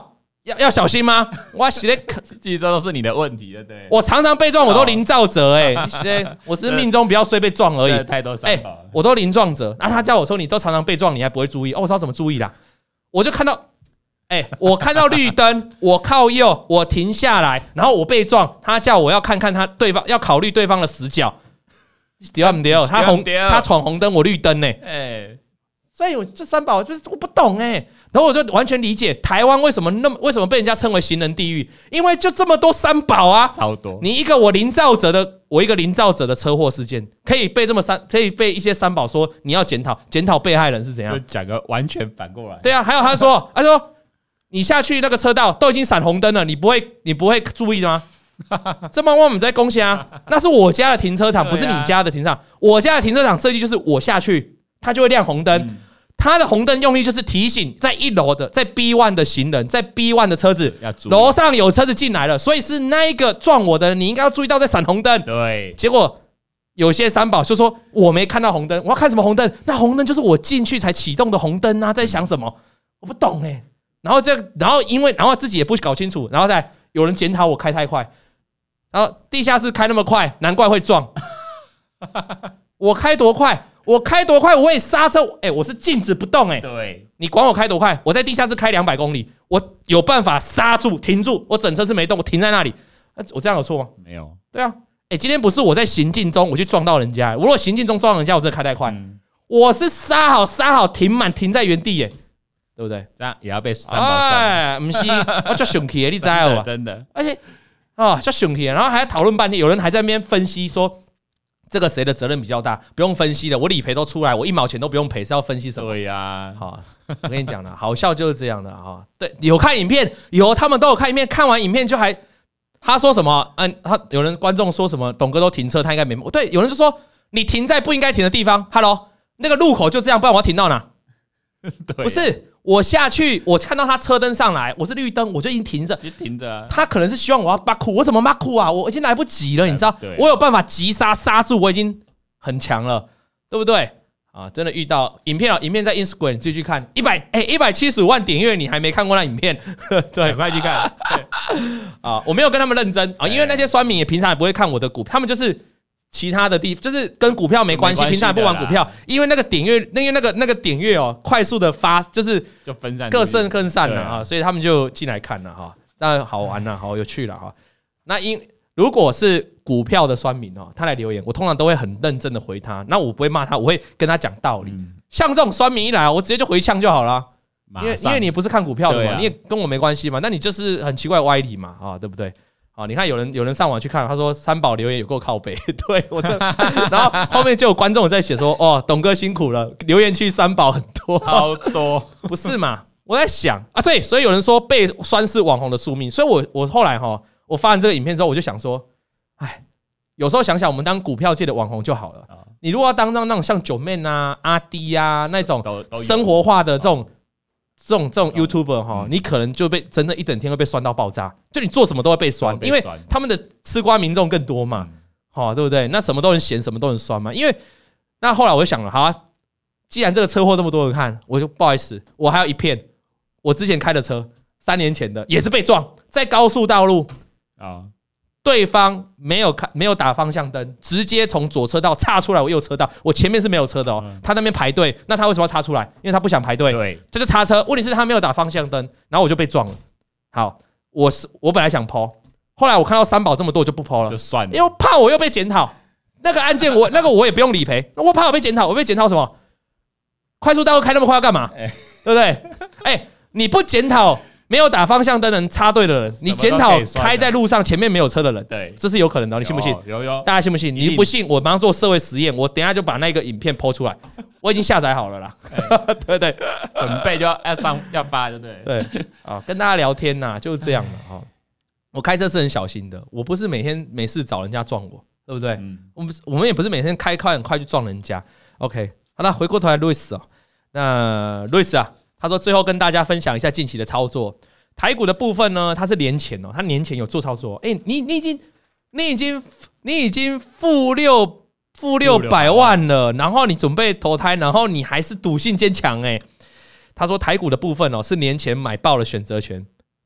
要要小心吗？我写的， 其实这都是你的问题，对不对？ 我常常被撞，我都零肇责哎、欸，我只是命中比较衰被撞而已。 太多三宝了、 欸，我都零撞责。然后他叫我说你都常常被撞，你还不会注意？哦，我知道怎么注意啦。我就看到，哎、欸，我看到绿灯，我靠右，我停下来，然后我被撞，他叫我要看看他对方，要考虑对方的死角。对不对？他红，他闯红灯，我绿灯呢、欸。哎、欸。所以我这三宝就是我不懂哎、欸，然后我就完全理解台湾为什么那么为什么被人家称为行人地狱，因为就这么多三宝啊， 超多。你一个我零肇责的，我一个零肇责的车祸事件，可以被这么三，可以被一些三宝说你要检讨，检讨被害人是怎样， 就讲个完全反过来。 对啊，还有他说，他说你下去那个车道都已经闪红灯了，你不会你不会注意的吗？这么我们在恭喜啊，那是我家的停车场，不是你家的停车场。我家的停车场设计就是我下去，它就会亮红灯。嗯，它的红灯用意就是提醒在一楼的，在 B 一 的行人，在 B 一 的车子，楼上有车子进来了，所以是那一个撞我的人，你应该要注意到在闪红灯。 对， 结果有些三宝就说我没看到红灯，我要看什么红灯？那红灯就是我进去才启动的红灯啊，在想什么？我不懂哎、欸。然后这，然后因为然后自己也不搞清楚，然后再有人检讨我开太快，然后地下室开那么快，难怪会撞。我开多快？我开多快，我也刹车，哎、欸，我是静止不动、欸，哎， 对， 你管我开多快？我在地下室开两百公里，我有办法刹住、停住，我整车是没动，我停在那里，啊、我这样有错吗？ 没有， 对啊，哎、欸，今天不是我在行进中我去撞到人家，我如果行进中撞到人家，我真的开太快，嗯、我是刹好、刹好、停满、停在原地、欸，哎，对不对？ 这样也要被三宝算？ 哎，不是，我叫熊气，你知道吗？ 真的， 而且啊，叫熊气，然后还讨论半天，有人还在那边分析说。这个谁的责任比较大？不用分析了，我理赔都出来，我一毛钱都不用赔，是要分析什么？ 对呀、啊， 好，我跟你讲了，好笑就是这样的哈。对，有看影片，有他们都有看影片，看完影片就还他说什么？嗯，他有人观众说什么？董哥都停车，他应该没对。有人就说你停在不应该停的地方 ，Hello， 那个路口就这样，不然我要停到哪？ 对， 不是。我下去，我看到他车灯上来，我是绿灯，我就已经停着， 就停着、啊。 他可能是希望我要马库，我怎么马库啊？我已经来不及了，你知道？我有办法急刹刹住，我已经很强了，对不对？啊，真的遇到影片啊，影片在 Instagram 自己去看，一百哎一百七十五万点阅，你还没看过那影片？对， 赶快去看。 啊，我没有跟他们认真啊，因为那些酸民也平常也不会看我的股，他们就是。其他的地就是跟股票没关系，平常也不玩股票，因为那个点阅，因为那个那个点阅哦，快速的发就是就分散各胜更散了啊，所以他们就进来看了哈，当然好玩了，好有趣了哈。那因如果是股票的酸民哦，他来留言，我通常都会很认真的回他，那我不会骂他，我会跟他讲道理。嗯、像这种酸民一来，我直接就回呛就好了，因为因为你不是看股票的嘛，啊、你也跟我没关系嘛，那你就是很奇怪的歪理嘛啊，对不对？好，你看有人有人上网去看，他说三宝留言有够靠北，对我这，然后后面就有观众在写说，哦，董哥辛苦了，留言区三宝很多， 好多， 不是嘛？我在想啊，对，所以有人说被酸是网红的宿命，所以我我后来哈，我发完这个影片之后，我就想说，哎，有时候想想我们当股票界的网红就好了，你如果要当那种像九妹啊、阿滴啊那种生活化的这种。这种这种 YouTuber 哈、嗯，你可能就被真的一整天会被酸到爆炸，就你做什么都会被酸，因为他们的吃瓜民众更多嘛，好、嗯，对不对？那什么都能嫌，什么都能酸嘛。因为那后来我就想了，好啊，既然这个车祸这么多人看，我就不好意思，我还有一片，我之前开的车，三年前的也是被撞，在高速道路啊。哦对方没有看，没有打方向灯，直接从左车道插出来我右车道，我前面是没有车的哦。他那边排队，那他为什么要插出来？因为他不想排队，对，这就插车。问题是他没有打方向灯，然后我就被撞了。好，我是我本来想 po， 后来我看到三宝这么多，我就不 po 了， 就算了， 因为怕我又被检讨。那个案件我那个我也不用理赔，我怕我被检讨，我被检讨什么？快速道路开那么快要干嘛？欸、对不对？哎、欸，你不检讨。没有打方向灯的人插队的人，你检讨开在路上前面没有车的人，对，这是有可能的，你信不信？ 有有， 大家信不信？你不信，我马上做社会实验，我等一下就把那个影片 po 出来，我已经下载好了啦，欸、对对， 准备就要上要发，对不对？ 对，啊，跟大家聊天呐，就是这样的哈。我开车是很小心的，我不是每天没事找人家撞我，对不对？嗯、我们我们也不是每天开开很快去撞人家。OK， 好，那回过头来，路易斯啊，那路易斯啊。他说：“最后跟大家分享一下近期的操作，台股的部分呢，它是年前哦，他年前有做操作。哎，你你已经你已经你已经负六负六百万了，然后你准备投胎，然后你还是赌性坚强哎。他说台股的部分哦，是年前买爆了选择权，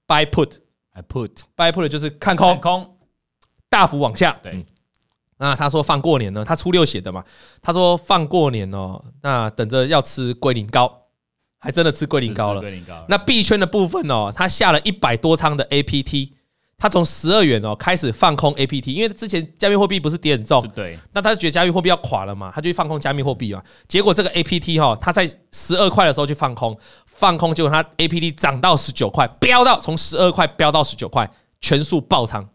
buy put，I put buy put 就是看空， 看空大幅往下。 对， 嗯、那他说放过年呢，他初六写的嘛，他说放过年哦，那等着要吃龟苓膏，还真的吃龟苓膏了。那币圈的部分哦，他下了一百多仓的 A P T。他从十二元哦开始放空 A P T， 因为之前加密货币不是跌很重， 对， 那他就觉得加密货币要垮了嘛，他就去放空加密货币嘛。结果这个 A P T 哈、哦，他在十二块的时候去放空，放空，结果他 A P T 涨到十九块，飙到从十二块飙到十九块，全数爆仓，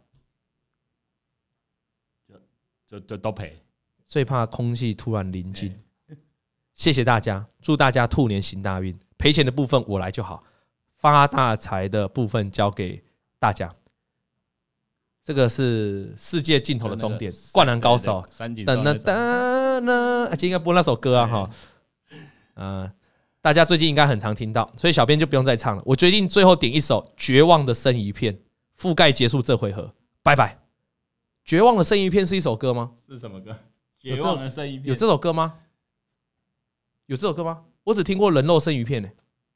就就都赔。 最怕空气突然临近。谢谢大家，祝大家兔年行大运。赔钱的部分我来就好，发大财的部分交给大家。这个是世界尽头的终点，灌篮高手。 噔噔噔噔，今天应该播那首歌啊哈。呃，大家最近应该很常听到，所以小编就不用再唱了。我决定最后点一首《绝望的生鱼片》，覆盖结束这回合，拜拜。绝望的生鱼片是一首歌吗？ 是什么歌？绝望的生鱼片有这首歌吗？有这首歌吗？我只听过人肉生鱼片呢、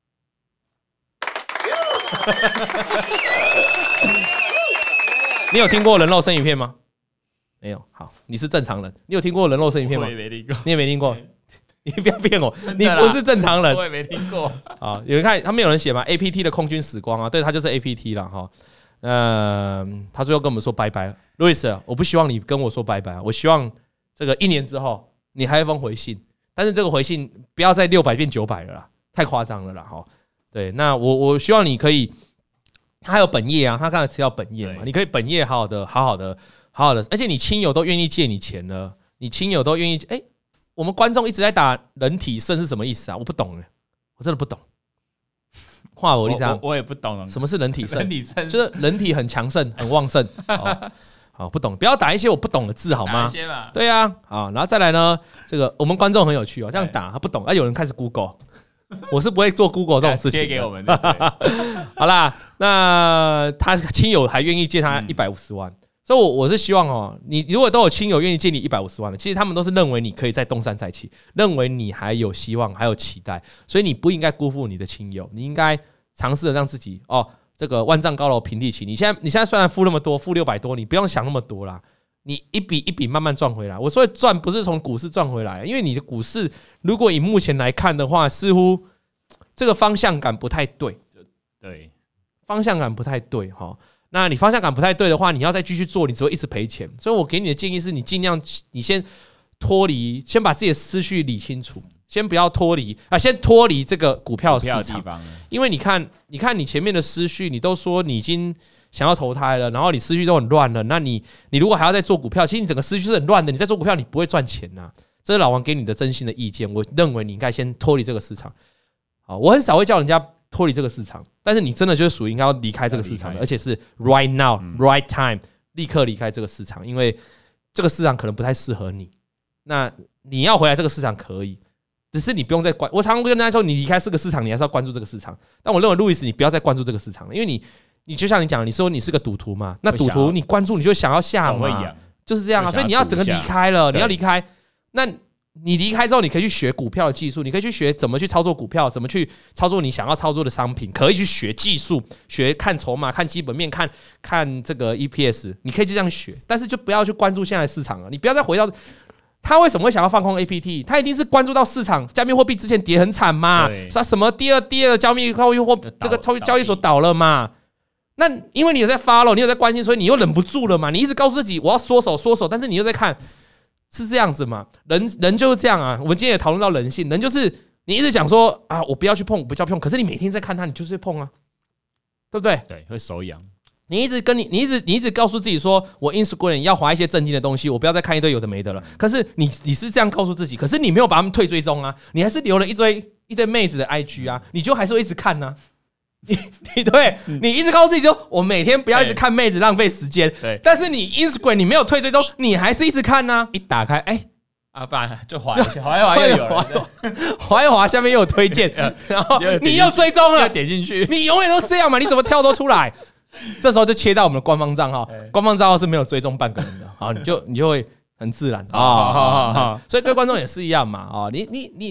欸。你有听过人肉生鱼片吗？没有。好，你是正常人。你有听过人肉生鱼片吗？ 我也没听过。 你也没听过。你不要骗我，你不是正常人。 我也没听过。 啊，有人看，他们有人写嘛 ？A P T 的空军死光啊，对，他就是 A P T 了哈。呃，他最后跟我们说拜拜，路易斯，我不希望你跟我说拜拜，我希望这个一年之后你还有一封回信，但是这个回信不要再六百变九百了啦，太夸张了啦哈。对，那我我希望你可以。他还有本业啊，他刚才提到本业嘛，你可以本业好好的、好好的、好好的，而且你亲友都愿意借你钱了，你亲友都愿意，哎、欸，我们观众一直在打人体肾是什么意思啊？我不懂哎，我真的不懂。话我一张， 我也不懂什么是人体肾， 人体肾就是人体很强盛、很旺盛。好，好，不懂，不要打一些我不懂的字好吗？对啊，好，然后再来呢，这个我们观众很有趣哦，这样打他不懂，啊，有人开始 Google。我是不会做 Google 这种事情的。 贴给我们。 好啦，那他亲友还愿意借他一百五十万，嗯、所以我，我是希望哦，你如果都有亲友愿意借你一百五十万的，其实他们都是认为你可以再东山再起，认为你还有希望，还有期待，所以你不应该辜负你的亲友，你应该尝试着让自己哦，这个万丈高楼平地起。你现在，你现在虽然付那么多，付六百多，你不用想那么多啦。你一笔一笔慢慢赚回来。我说的赚不是从股市赚回来，因为你的股市如果以目前来看的话，似乎这个方向感不太对。 对， 方向感不太对哈。那你方向感不太对的话，你要再继续做，你只会一直赔钱。所以我给你的建议是你尽量，你先脱离，先把自己的思绪理清楚，先不要脱离啊，先脱离这个股票市场，因为你看，你看你前面的思绪，你都说你已经想要投胎了，然后你思绪都很乱了，那你你如果还要再做股票，其实你整个思绪是很乱的。你在做股票，你不会赚钱呐、啊。这是老王给你的真心的意见，我认为你应该先脱离这个市场。好，我很少会叫人家脱离这个市场，但是你真的就是属于应该要离开这个市场的，而且是 right now、嗯、right time， 立刻离开这个市场，因为这个市场可能不太适合你。那你要回来这个市场可以，只是你不用再关。我常常跟大家说，你离开这个市场，你还是要关注这个市场。但我认为路易斯，你不要再关注这个市场了，因为你，你就像你讲，你说你是个赌徒嘛，那赌徒你关注你就想要下嘛，就是这样啊。所以你要整个离开了，你要离开，那你离开之后，你可以去学股票的技术，你可以去学怎么去操作股票，怎么去操作你想要操作的商品，可以去学技术，学看筹码，看基本面，看看这个 E P S， 你可以就这样学，但是就不要去关注现在的市场了，你不要再回到。他为什么会想要放空 A P T？ 他一定是关注到市场，加密货币之前跌很惨嘛，啥什么第二第二加密货币或这个交易所倒了嘛？那因为你有在 follow， 你有在关心，所以你又忍不住了嘛？你一直告诉自己我要缩手缩手，但是你又在看，是这样子嘛？人人就是这样啊。我们今天也讨论到人性，人就是你一直讲说啊，我不要去碰，我不要碰，可是你每天在看它，你就是会碰啊，对不对？ 对，会手痒。 你一直跟你，你一直你一直告诉自己说，我 Instagram 要滑一些正经的东西，我不要再看一堆有的没的了。可是你你是这样告诉自己，可是你没有把他们退追踪啊，你还是留了一堆一堆妹子的 I G 啊，你就还是会一直看呢、啊。你你对，你一直告诉自己说，我每天不要一直看妹子，浪费时间。对，但是你 Instagram 你没有退追踪，你还是一直看呢、啊。 一打开，哎、欸。啊，不然就滑一下，滑一滑又有人， 滑一滑下面又有推荐，然后你又追踪了， 点进去， 你永远都这样嘛？你怎么跳都出来？这时候就切到我们的官方账号，官方账号是没有追踪半个人的，好，你就你就会很自然啊，所以各位观众也是一样嘛，啊，你你你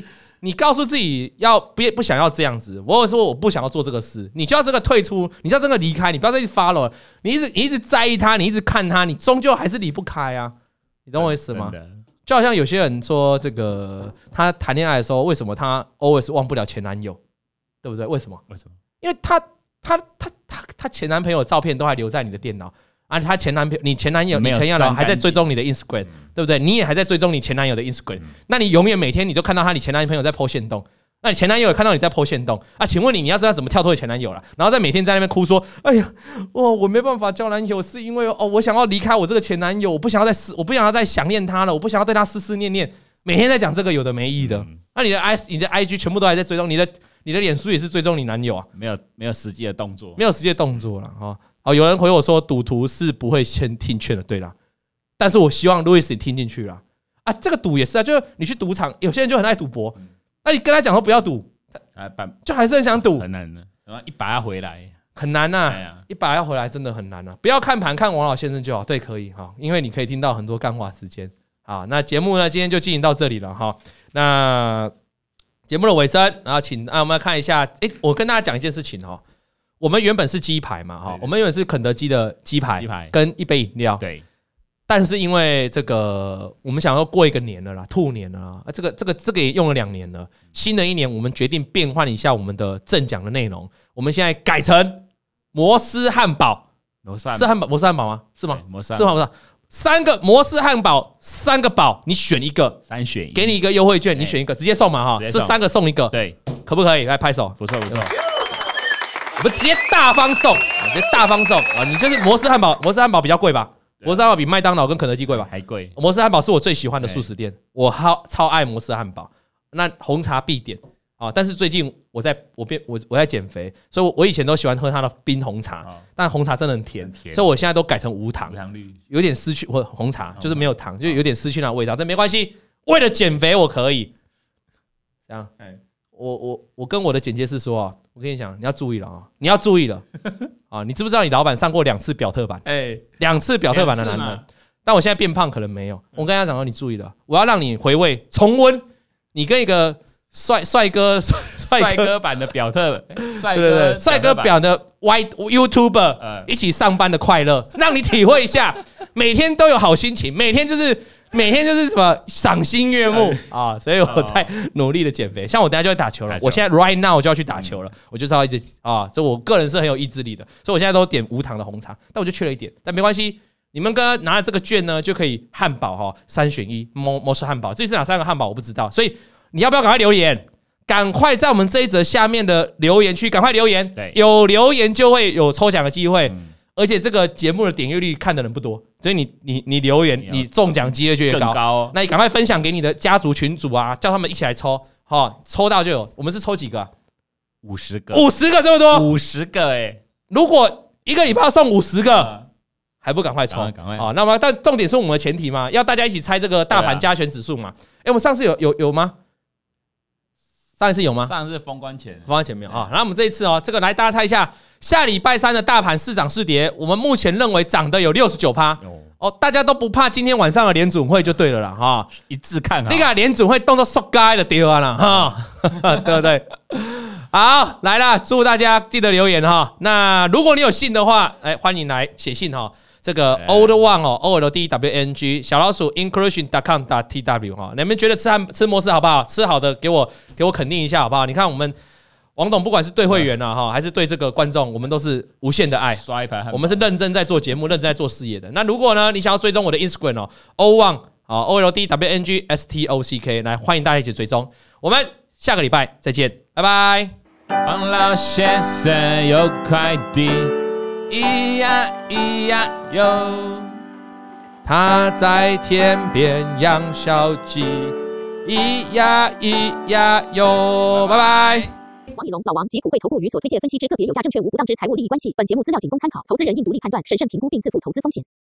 你告诉自己要不不想要这样子，我有说我不想要做这个事，你就要这个退出，你就要这个离开，你不要再去 follow， 你一直你一直在意他，你一直看他，你终究还是离不开啊，你懂我意思吗？就好像有些人说这个他谈恋爱的时候，为什么他 always 忘不了前男友，对不对？为什么？ 为什么？ 因为他他他他他前男朋友的照片都还留在你的电脑。啊，他前男朋友，你前男友，你前男友还在追踪你的 Instagram，、嗯、对不对？你也还在追踪你前男友的 Instagram，、嗯、那你永远每天你就看到他，你前男朋友在 po 限动，那你前男友也看到你在 po 限动啊？请问你，你要知道怎么跳脱前男友了？然后再每天在那边哭说，哎呀，哦，我没办法交男友，是因为哦，我想要离开我这个前男友，我不想要再思，我不想要再想念他了，我不想要对他思思念念，每天在讲这个有的没意的。嗯、那你的 I 你的 I G 全部都还在追踪，你的你的脸书也是追踪你男友啊？ 没有没有实际的动作， 没有实际的动作了哈。哦，有人回我说赌徒是不会先听劝的，对啦，但是我希望 Louis 你听进去啦。啊，这个赌也是啊，就是你去赌场，有些人就很爱赌博，那你跟他讲说不要赌，就还是很想赌， 很难的，然后一把要回来很难呐、啊，一把要回来真的很难呐、啊。不要看盘，看王老先生就好，对，可以哈，因为你可以听到很多干话时间。好，那节目呢今天就进行到这里了哈。那节目的尾声，然后请啊我们来看一下，哎，我跟大家讲一件事情哈。我们原本是鸡排嘛，哈，我们原本是肯德基的鸡排，跟一杯饮料， 对。 但是因为这个，我们想要过一个年了啦，兔年了啦，啊，这个这个这个也用了两年了。新的一年，我们决定变换一下我们的正讲的内容，我们现在改成摩斯汉堡， 摩斯是汉堡，摩斯汉堡吗？是吗？ 摩斯是吗？不是，三个摩斯汉堡，三个堡，你选一个， 三选一， 给你一个优惠券，你选一个，直接送嘛哈，是三个送一个， 对， 可不可以？来拍手， 不错不错。 我们直接大方送，直接大方送啊！你就是摩斯汉堡，摩斯汉堡比较贵吧？摩斯汉堡比麦当劳跟肯德基贵吧？ 还贵。 摩斯汉堡是我最喜欢的素食店，我超超爱摩斯汉堡。那红茶必点啊！但是最近我在我变我我在减肥，所以我以前都喜欢喝它的冰红茶，但红茶真的很甜，所以我现在都改成无糖， 无糖绿， 有点失去或红茶就是没有糖，就有点失去那味道，但没关系，为了减肥我可以这样。我我我跟我的剪接师说啊，我跟你讲，你要注意了啊，你要注意了啊！你知不知道你老板上过两次表特版？哎，两次表特版的男人，但我现在变胖可能没有。我跟他讲说，你注意了，我要让你回味重温你跟一个帅帅哥帅哥版的表特， 帅哥帅哥表的 Y YouTuber 一起上班的快乐，让你体会一下，每天都有好心情，每天就是。每天就是什么赏心悦目啊，所以我在努力的减肥。像我等一下就会打球了，我现在 right now 我就要去打球了，我就是要一直啊，这我个人是很有意志力的，所以我现在都点无糖的红茶，但我就缺了一点，但没关系，你们跟拿了这个券呢，就可以汉堡哈三选一，摩摩斯汉堡，这是哪三个汉堡我不知道，所以你要不要赶快留言？赶快在我们这一则下面的留言区赶快留言，有留言就会有抽奖的机会。而且这个节目的点阅率看的人不多，所以你你你留言，你中奖几率就越高。 高那你赶快分享给你的家族群组啊，叫他们一起来抽，哈，抽到就有。我们是抽几个、啊？ 五十个， 五十个这么多， 五十个哎、欸！ 如果一个礼拜要送五十个、嗯，还不赶快抽？ 赶快啊！那么，但重点是我们的前提嘛，要大家一起猜这个大盘加权指数嘛。哎、啊欸，我们上次有有有吗？上一次有吗？ 上次封关前， 封关前没有啊。然后我们这一次哦，这个来大家猜一下，下礼拜三的大盘是涨是跌？我们目前认为涨的有六十九趴哦，大家都不怕今天晚上的联准会就对了啦哈， 一致看好。 那个联准会动作缩该的丢啊啦哈，对不对？好，来啦，祝大家记得留言哈。那如果你有信的话，哎，欢迎来写信哈。这个 old one 哦 ，O L D W N G 小老鼠 inclusion dot com dot T W 哈，你们觉得吃汉吃摩斯好不好？吃好的给我给我肯定一下好不好？你看我们王董不管是对会员啊哈，还是对这个观众，我们都是无限的爱， 刷一排， 我们是认真在做节目，认真在做事业的。那如果呢，你想要追踪我的 Instagram 哦 ，O one 啊 O L D W N G S T O C K 来欢迎大家一起追踪。我们下个礼拜再见，拜拜。 王老先生有快递。咿呀咿呀哟， 他在天边养小鸡，咿呀咿呀哟，拜拜。 王以龙、老王及普惠投顾与所推荐分析之个别有价证券无不当之财务利益关系。本节目资料仅供参考，投资人应独立判断、审慎评估并自负投资风险。